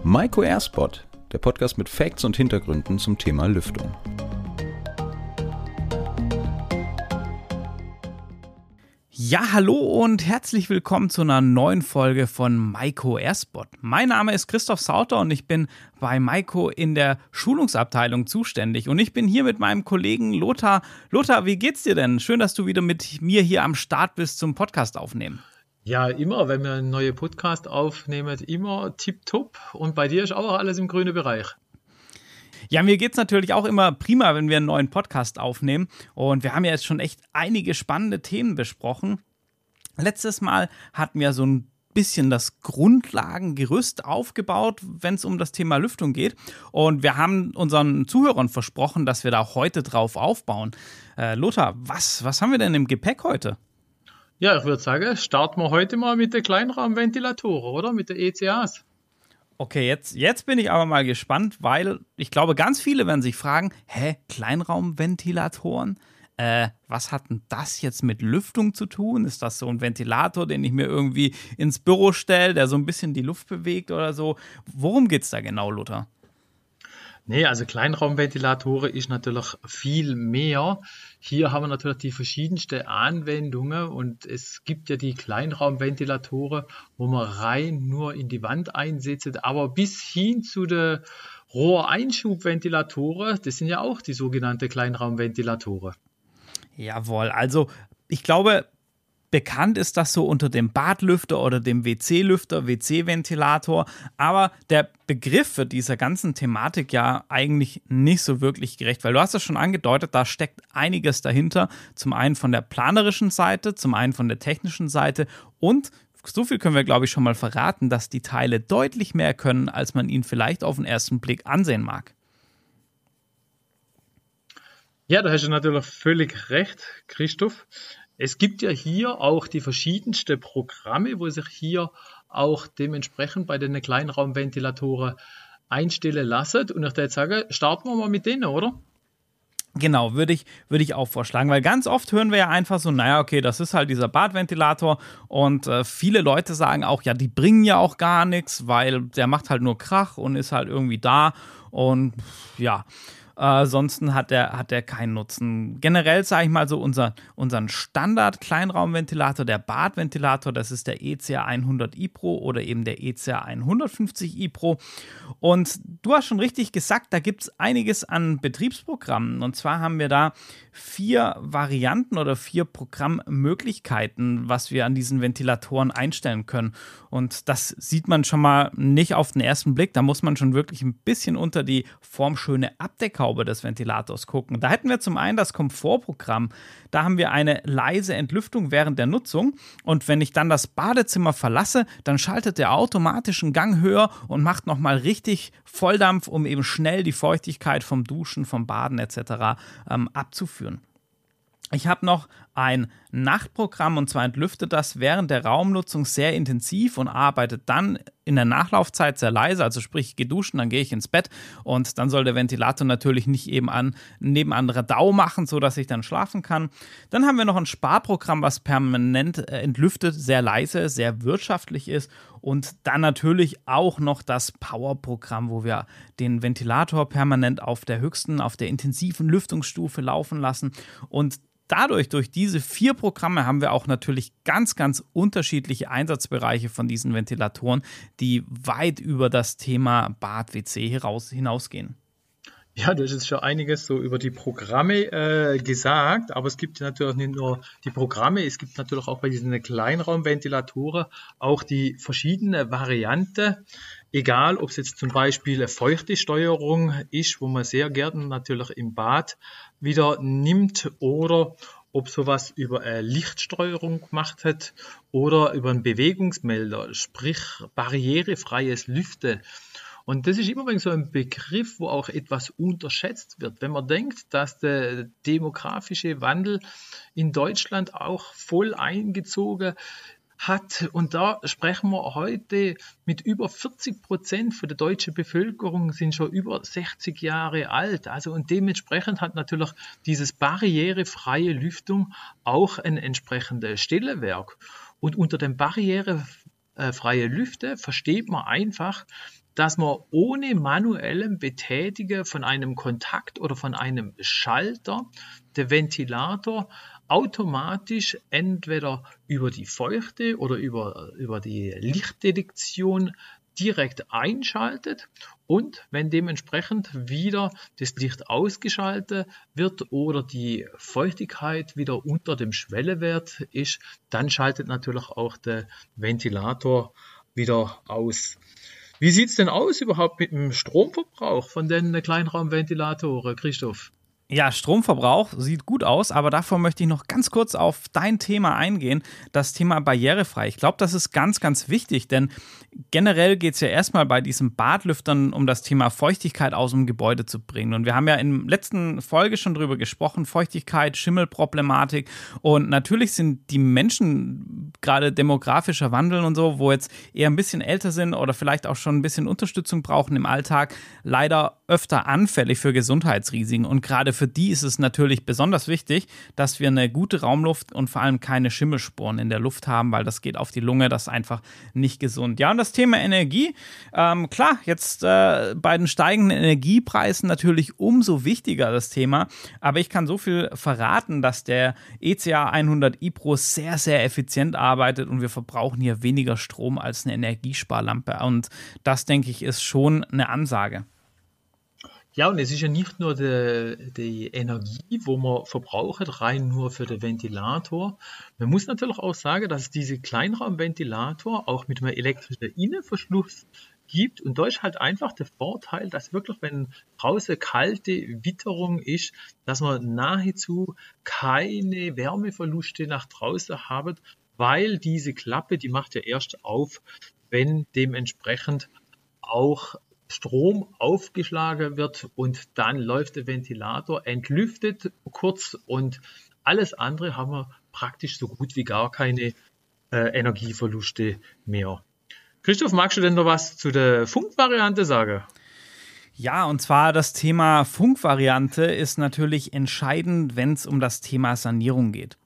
Maiko Airspot, der Podcast mit Facts und Hintergründen zum Thema Lüftung. Ja, hallo und herzlich willkommen zu einer neuen Folge von Maiko Airspot. Mein Name ist Christoph Sauter und ich bin bei Maiko in der Schulungsabteilung zuständig. Und ich bin hier mit meinem Kollegen Lothar. Lothar, wie geht's dir denn? Schön, dass du wieder mit mir hier am Start bist zum Podcast aufnehmen. Ja, immer, wenn wir einen neuen Podcast aufnehmen, immer tipptopp. Und bei dir ist auch alles im grünen Bereich. Ja, mir geht's natürlich auch immer prima, wenn wir einen neuen Podcast aufnehmen. Und wir haben ja jetzt schon echt einige spannende Themen besprochen. Letztes Mal hatten wir so ein bisschen das Grundlagengerüst aufgebaut, wenn es um das Thema Lüftung geht. Und wir haben unseren Zuhörern versprochen, dass wir da heute drauf aufbauen. Lothar, was haben wir denn im Gepäck heute? Ja, ich würde sagen, starten wir heute mal mit den Kleinraumventilatoren, oder? Mit den ECAs. Okay, jetzt bin ich aber mal gespannt, weil ich glaube, ganz viele werden sich fragen, Kleinraumventilatoren? Was hat denn das jetzt mit Lüftung zu tun? Ist das so ein Ventilator, den ich mir irgendwie ins Büro stelle, der so ein bisschen die Luft bewegt oder so? Worum geht es da genau, Lothar? Nee, also Kleinraumventilatoren ist natürlich viel mehr. Hier haben wir natürlich die verschiedensten Anwendungen und es gibt ja die Kleinraumventilatoren, wo man rein nur in die Wand einsetzt, aber bis hin zu den Rohreinschubventilatoren, das sind ja auch die sogenannten Kleinraumventilatoren. Jawohl, also ich glaube, bekannt ist das so unter dem Badlüfter oder dem WC-Lüfter, WC-Ventilator, aber der Begriff für dieser ganzen Thematik ja eigentlich nicht so wirklich gerecht, weil du hast es schon angedeutet, da steckt einiges dahinter, zum einen von der planerischen Seite, zum einen von der technischen Seite und so viel können wir, glaube ich, schon mal verraten, dass die Teile deutlich mehr können, als man ihnen vielleicht auf den ersten Blick ansehen mag. Ja, da hast du natürlich völlig recht, Christoph. Es gibt ja hier auch die verschiedensten Programme, wo sich hier auch dementsprechend bei den Kleinraumventilatoren einstellen lassen. Und ich würde sagen, starten wir mal mit denen, oder? Genau, würde ich auch vorschlagen, weil ganz oft hören wir ja einfach so, naja, okay, das ist halt dieser Badventilator und viele Leute sagen auch, ja, die bringen ja auch gar nichts, weil der macht halt nur Krach und ist halt irgendwie da und ja, ansonsten hat der keinen Nutzen. Generell sage ich mal so, unseren Standard-Kleinraumventilator, der Badventilator, das ist der ECA 100 iPro oder eben der ECA 150 iPro. Und du hast schon richtig gesagt, da gibt es einiges an Betriebsprogrammen. Und zwar haben wir da 4 Varianten oder 4 Programmmöglichkeiten, was wir an diesen Ventilatoren einstellen können. Und das sieht man schon mal nicht auf den ersten Blick. Da muss man schon wirklich ein bisschen unter die formschöne Abdeckhaube des Ventilators gucken. Da hätten wir zum einen das Komfortprogramm. Da haben wir eine leise Entlüftung während der Nutzung. Und wenn ich dann das Badezimmer verlasse, dann schaltet der automatisch einen Gang höher und macht nochmal richtig Volldampf, um eben schnell die Feuchtigkeit vom Duschen, vom Baden etc. Abzuführen. Ich habe noch ein Nachtprogramm und zwar entlüftet das während der Raumnutzung sehr intensiv und arbeitet dann in der Nachlaufzeit sehr leise, also sprich ich gehe duschen, dann gehe ich ins Bett und dann soll der Ventilator natürlich nicht eben nebenan Radau machen, sodass ich dann schlafen kann. Dann haben wir noch ein Sparprogramm, was permanent entlüftet, sehr leise, sehr wirtschaftlich ist und dann natürlich auch noch das Powerprogramm, wo wir den Ventilator permanent auf der intensiven Lüftungsstufe laufen lassen und durch diese 4 Programme haben wir auch natürlich ganz, ganz unterschiedliche Einsatzbereiche von diesen Ventilatoren, die weit über das Thema Bad, WC hinausgehen. Ja, du hast jetzt schon einiges so über die Programme gesagt, aber es gibt natürlich nicht nur die Programme, es gibt natürlich auch bei diesen Kleinraumventilatoren auch die verschiedenen Varianten, egal ob es jetzt zum Beispiel eine feuchte Steuerung ist, wo man sehr gerne natürlich im Bad wieder nimmt oder ob sowas über eine Lichtsteuerung gemacht hat oder über einen Bewegungsmelder, sprich barrierefreies Lüften. Und das ist immer so ein Begriff, wo auch etwas unterschätzt wird. Wenn man denkt, dass der demografische Wandel in Deutschland auch voll eingezogen hat. Und da sprechen wir heute mit über 40% von der deutschen Bevölkerung sind schon über 60 Jahre alt. Also und dementsprechend hat natürlich dieses barrierefreie Lüftung auch ein entsprechendes Stellenwert. Und unter dem barrierefreie Lüfte versteht man einfach, dass man ohne manuellem Betätigen von einem Kontakt oder von einem Schalter der Ventilator automatisch entweder über die Feuchte oder über die Lichtdetektion direkt einschaltet und wenn dementsprechend wieder das Licht ausgeschaltet wird oder die Feuchtigkeit wieder unter dem Schwellewert ist, dann schaltet natürlich auch der Ventilator wieder aus. Wie sieht es denn aus überhaupt mit dem Stromverbrauch von den Kleinraumventilatoren, Christoph? Ja, Stromverbrauch sieht gut aus, aber davor möchte ich noch ganz kurz auf dein Thema eingehen, das Thema barrierefrei. Ich glaube, das ist ganz, ganz wichtig, denn generell geht es ja erstmal bei diesen Badlüftern um das Thema Feuchtigkeit aus dem Gebäude zu bringen. Und wir haben ja in der letzten Folge schon drüber gesprochen, Feuchtigkeit, Schimmelproblematik. Und natürlich sind die Menschen, gerade demografischer Wandel und so, wo jetzt eher ein bisschen älter sind oder vielleicht auch schon ein bisschen Unterstützung brauchen im Alltag, leider öfter anfällig für Gesundheitsrisiken. Und gerade für die ist es natürlich besonders wichtig, dass wir eine gute Raumluft und vor allem keine Schimmelsporen in der Luft haben, weil das geht auf die Lunge, das ist einfach nicht gesund. Ja, und das Thema Energie, klar, jetzt bei den steigenden Energiepreisen natürlich umso wichtiger das Thema, aber ich kann so viel verraten, dass der ECA 100 iPro sehr, sehr effizient arbeitet und wir verbrauchen hier weniger Strom als eine Energiesparlampe und das, denke ich, ist schon eine Ansage. Ja, und es ist ja nicht nur die Energie, wo man verbraucht, rein nur für den Ventilator. Man muss natürlich auch sagen, dass es diese Kleinraumventilator auch mit einem elektrischen Innenverschluss gibt. Und da ist halt einfach der Vorteil, dass wirklich, wenn draußen kalte Witterung ist, dass man nahezu keine Wärmeverluste nach draußen haben, weil diese Klappe, die macht ja erst auf, wenn dementsprechend auch Strom aufgeschlagen wird und dann läuft der Ventilator, entlüftet kurz und alles andere haben wir praktisch so gut wie gar keine Energieverluste mehr. Christoph, magst du denn noch was zu der Funkvariante sagen? Ja, und zwar das Thema Funkvariante ist natürlich entscheidend, wenn es um das Thema Sanierung geht.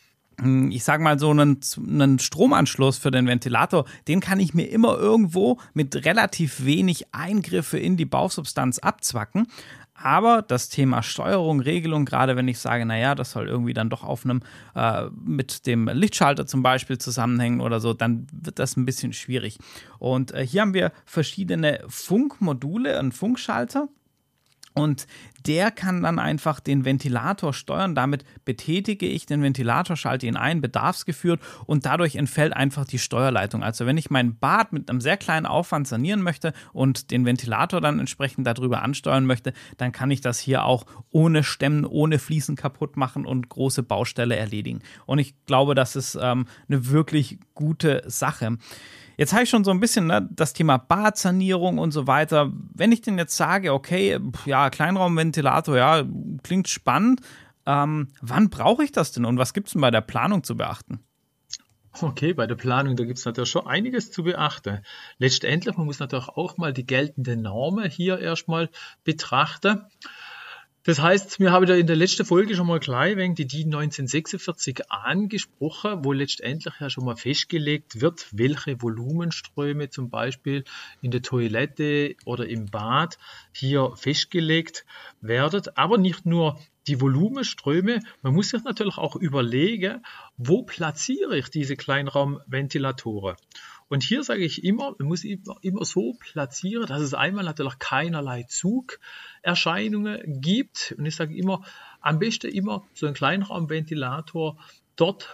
Ich sage mal, so einen Stromanschluss für den Ventilator, den kann ich mir immer irgendwo mit relativ wenig Eingriffe in die Bausubstanz abzwacken. Aber das Thema Steuerung, Regelung, gerade wenn ich sage, naja, das soll irgendwie dann doch auf einem, mit dem Lichtschalter zum Beispiel zusammenhängen oder so, dann wird das ein bisschen schwierig. Und hier haben wir verschiedene Funkmodule, einen Funkschalter. Und der kann dann einfach den Ventilator steuern. Damit betätige ich den Ventilator, schalte ihn ein, bedarfsgeführt und dadurch entfällt einfach die Steuerleitung. Also wenn ich mein Bad mit einem sehr kleinen Aufwand sanieren möchte und den Ventilator dann entsprechend darüber ansteuern möchte, dann kann ich das hier auch ohne Stemmen, ohne Fliesen kaputt machen und große Baustelle erledigen. Und ich glaube, das ist eine wirklich gute Sache. Jetzt habe ich schon so ein bisschen das Thema Badsanierung und so weiter. Wenn ich denn jetzt sage, okay, ja, Kleinraumventilator, ja, klingt spannend. Wann brauche ich das denn und was gibt es denn bei der Planung zu beachten? Okay, bei der Planung, da gibt es natürlich schon einiges zu beachten. Letztendlich, man muss natürlich auch mal die geltenden Normen hier erstmal betrachten. Das heißt, wir haben ja in der letzten Folge schon mal gleich wegen die DIN 1946 angesprochen, wo letztendlich ja schon mal festgelegt wird, welche Volumenströme zum Beispiel in der Toilette oder im Bad hier festgelegt werden. Aber nicht nur die Volumenströme, man muss sich natürlich auch überlegen, wo platziere ich diese Kleinraumventilatoren. Und hier sage ich immer, man muss immer so platzieren, dass es einmal natürlich keinerlei Zugerscheinungen gibt. Und ich sage immer, am besten immer so einen Kleinraumventilator dort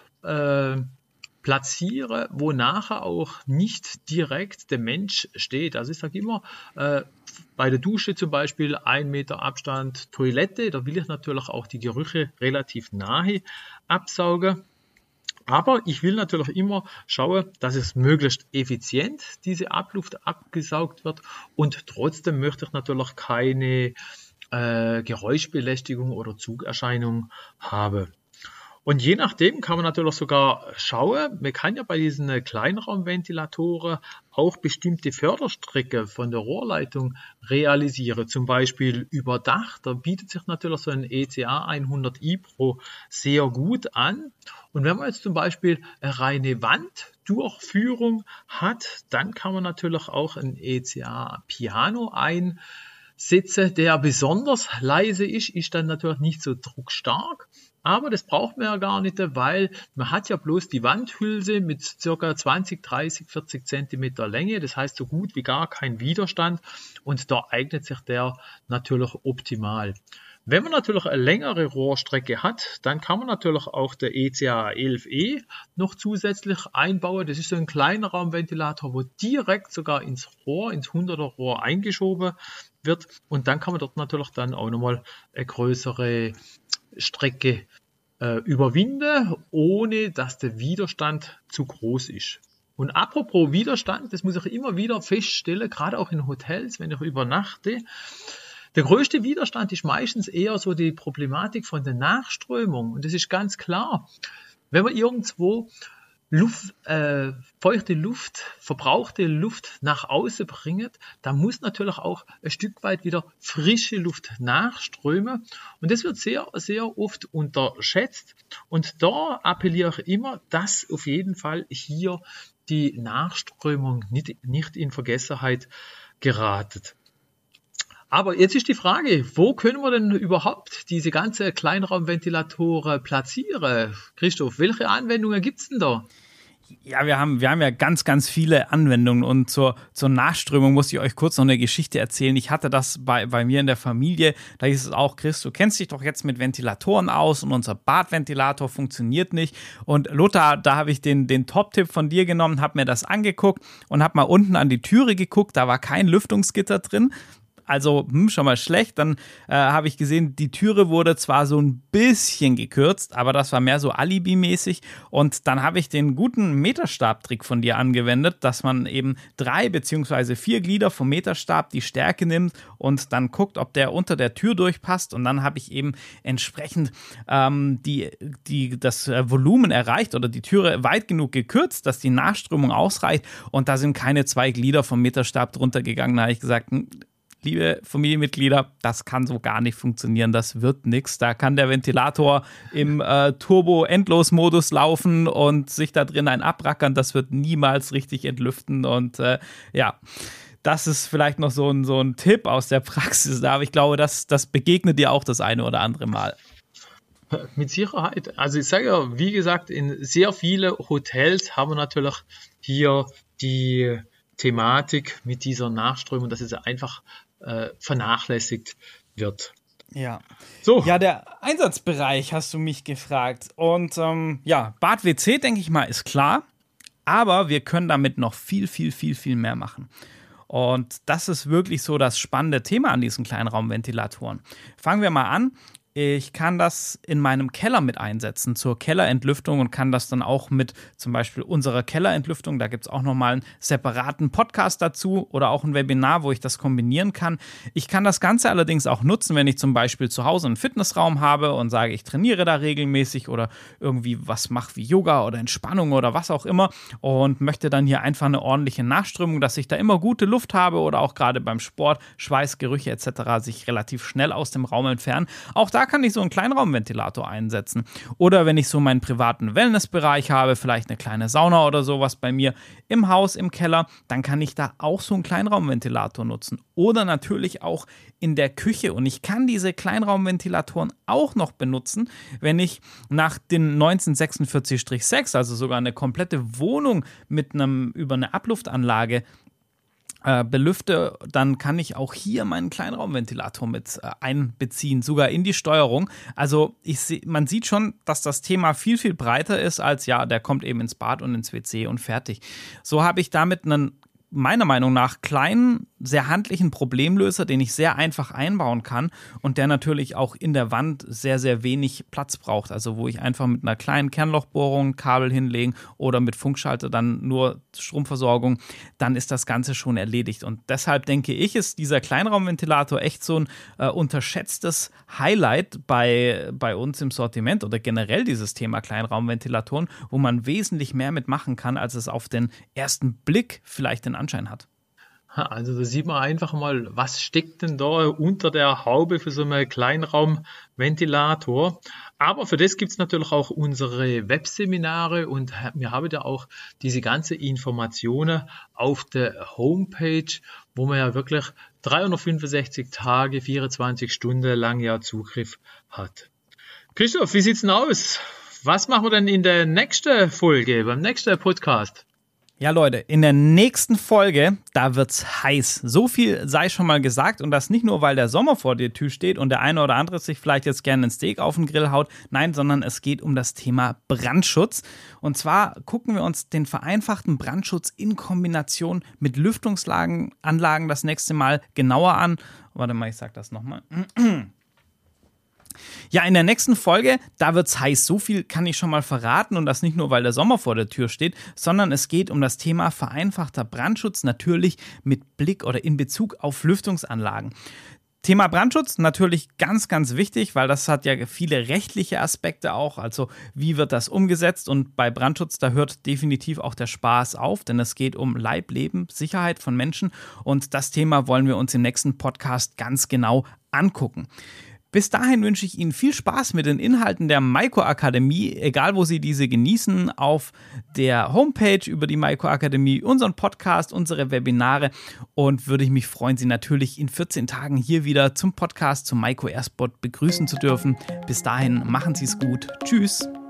platziere, wo nachher auch nicht direkt der Mensch steht. Also ich sage immer, bei der Dusche zum Beispiel 1 Meter Abstand Toilette, da will ich natürlich auch die Gerüche relativ nahe absaugen. Aber ich will natürlich immer schauen, dass es möglichst effizient diese Abluft abgesaugt wird und trotzdem möchte ich natürlich keine Geräuschbelästigung oder Zugerscheinung haben. Und je nachdem kann man natürlich sogar schauen, man kann ja bei diesen Kleinraumventilatoren auch bestimmte Förderstrecke von der Rohrleitung realisieren, zum Beispiel über Dach. Da bietet sich natürlich so ein ECA 100i Pro sehr gut an. Und wenn man jetzt zum Beispiel eine reine Wanddurchführung hat, dann kann man natürlich auch ein ECA Piano einsetzen, der besonders leise ist dann natürlich nicht so druckstark. Aber das braucht man ja gar nicht, weil man hat ja bloß die Wandhülse mit ca. 20, 30, 40 cm Länge. Das heißt so gut wie gar kein Widerstand und da eignet sich der natürlich optimal. Wenn man natürlich eine längere Rohrstrecke hat, dann kann man natürlich auch der ECA 11E noch zusätzlich einbauen. Das ist so ein kleiner Raumventilator, wo direkt sogar ins Rohr, ins 100er Rohr eingeschoben wird. Und dann kann man dort natürlich dann auch nochmal eine größere Strecke überwinden, ohne dass der Widerstand zu groß ist. Und apropos Widerstand, das muss ich immer wieder feststellen, gerade auch in Hotels, wenn ich übernachte. Der größte Widerstand ist meistens eher so die Problematik von der Nachströmung. Und das ist ganz klar, wenn man irgendwo feuchte Luft, verbrauchte Luft nach außen bringt, dann muss natürlich auch ein Stück weit wieder frische Luft nachströmen. Und das wird sehr, sehr oft unterschätzt. Und da appelliere ich immer, dass auf jeden Fall hier die Nachströmung nicht in Vergessenheit geratet. Aber jetzt ist die Frage, wo können wir denn überhaupt diese ganze Kleinraumventilatoren platzieren? Christoph, welche Anwendungen gibt es denn da? Ja, wir haben ja ganz, ganz viele Anwendungen und zur Nachströmung muss ich euch kurz noch eine Geschichte erzählen. Ich hatte das bei mir in der Familie, da hieß es auch, Chris, du kennst dich doch jetzt mit Ventilatoren aus und unser Badventilator funktioniert nicht. Und Lothar, da habe ich den Top-Tipp von dir genommen, habe mir das angeguckt und habe mal unten an die Türe geguckt, da war kein Lüftungsgitter drin. Also schon mal schlecht. Dann habe ich gesehen, die Türe wurde zwar so ein bisschen gekürzt, aber das war mehr so Alibi-mäßig. Und dann habe ich den guten Meterstab-Trick von dir angewendet, dass man eben 3 bzw. 4 Glieder vom Meterstab die Stärke nimmt und dann guckt, ob der unter der Tür durchpasst. Und dann habe ich eben entsprechend das Volumen erreicht oder die Türe weit genug gekürzt, dass die Nachströmung ausreicht. Und da sind keine 2 Glieder vom Meterstab drunter gegangen. Da habe ich gesagt, liebe Familienmitglieder, das kann so gar nicht funktionieren, das wird nichts. Da kann der Ventilator im Turbo-Endlos-Modus laufen und sich da drin abrackern, das wird niemals richtig entlüften und das ist vielleicht noch so ein Tipp aus der Praxis, aber ich glaube, das begegnet dir auch das eine oder andere Mal. Mit Sicherheit. Also ich sage ja, wie gesagt, in sehr vielen Hotels haben wir natürlich hier die Thematik mit dieser Nachströmung, dass es einfach vernachlässigt wird. Ja. So. Ja, der Einsatzbereich hast du mich gefragt. Und Bad-WC, denke ich mal, ist klar. Aber wir können damit noch viel, viel, viel, viel mehr machen. Und das ist wirklich so das spannende Thema an diesen Kleinraumventilatoren. Fangen wir mal an. Ich kann das in meinem Keller mit einsetzen zur Kellerentlüftung und kann das dann auch mit zum Beispiel unserer Kellerentlüftung, da gibt es auch nochmal einen separaten Podcast dazu oder auch ein Webinar, wo ich das kombinieren kann. Ich kann das Ganze allerdings auch nutzen, wenn ich zum Beispiel zu Hause einen Fitnessraum habe und sage, ich trainiere da regelmäßig oder irgendwie was mache wie Yoga oder Entspannung oder was auch immer und möchte dann hier einfach eine ordentliche Nachströmung, dass ich da immer gute Luft habe oder auch gerade beim Sport, Schweiß, Gerüche etc. sich relativ schnell aus dem Raum entfernen. Auch da kann ich so einen Kleinraumventilator einsetzen. Oder wenn ich so meinen privaten Wellnessbereich habe, vielleicht eine kleine Sauna oder sowas bei mir im Haus, im Keller, dann kann ich da auch so einen Kleinraumventilator nutzen. Oder natürlich auch in der Küche. Und ich kann diese Kleinraumventilatoren auch noch benutzen, wenn ich nach den 1946-6, also sogar eine komplette Wohnung über eine Abluftanlage belüfte, dann kann ich auch hier meinen Kleinraumventilator mit einbeziehen, sogar in die Steuerung. Also man sieht schon, dass das Thema viel, viel breiter ist als, der kommt eben ins Bad und ins WC und fertig. So habe ich damit einen, meiner Meinung nach, kleinen sehr handlichen Problemlöser, den ich sehr einfach einbauen kann und der natürlich auch in der Wand sehr, sehr wenig Platz braucht. Also wo ich einfach mit einer kleinen Kernlochbohrung Kabel hinlegen oder mit Funkschalter dann nur Stromversorgung, dann ist das Ganze schon erledigt. Und deshalb denke ich, ist dieser Kleinraumventilator echt so ein unterschätztes Highlight bei uns im Sortiment oder generell dieses Thema Kleinraumventilatoren, wo man wesentlich mehr mitmachen kann, als es auf den ersten Blick vielleicht den Anschein hat. Also da sieht man einfach mal, was steckt denn da unter der Haube für so einen Kleinraumventilator. Aber für das gibt es natürlich auch unsere Webseminare und wir haben ja auch diese ganzen Informationen auf der Homepage, wo man ja wirklich 365 Tage, 24 Stunden lang ja Zugriff hat. Christoph, wie sieht's denn aus? Was machen wir denn in der nächsten Folge, beim nächsten Podcast? Ja, Leute, in der nächsten Folge, da wird's heiß. So viel sei schon mal gesagt und das nicht nur, weil der Sommer vor der Tür steht und der eine oder andere sich vielleicht jetzt gerne ein Steak auf den Grill haut. Nein, sondern es geht um das Thema Brandschutz. Und zwar gucken wir uns den vereinfachten Brandschutz in Kombination mit Lüftungsanlagen das nächste Mal genauer an. Warte mal, ich sag das nochmal. Ja, in der nächsten Folge, da wird's heiß. So viel kann ich schon mal verraten und das nicht nur, weil der Sommer vor der Tür steht, sondern es geht um das Thema vereinfachter Brandschutz, natürlich mit Blick oder in Bezug auf Lüftungsanlagen. Thema Brandschutz natürlich ganz, ganz wichtig, weil das hat ja viele rechtliche Aspekte auch, also wie wird das umgesetzt und bei Brandschutz, da hört definitiv auch der Spaß auf, denn es geht um Leib, Leben, Sicherheit von Menschen und das Thema wollen wir uns im nächsten Podcast ganz genau angucken. Bis dahin wünsche ich Ihnen viel Spaß mit den Inhalten der Maiko Akademie, egal wo Sie diese genießen, auf der Homepage über die Maiko Akademie, unseren Podcast, unsere Webinare und würde ich mich freuen, Sie natürlich in 14 Tagen hier wieder zum Podcast zum Maiko Airspot begrüßen zu dürfen. Bis dahin, machen Sie es gut. Tschüss.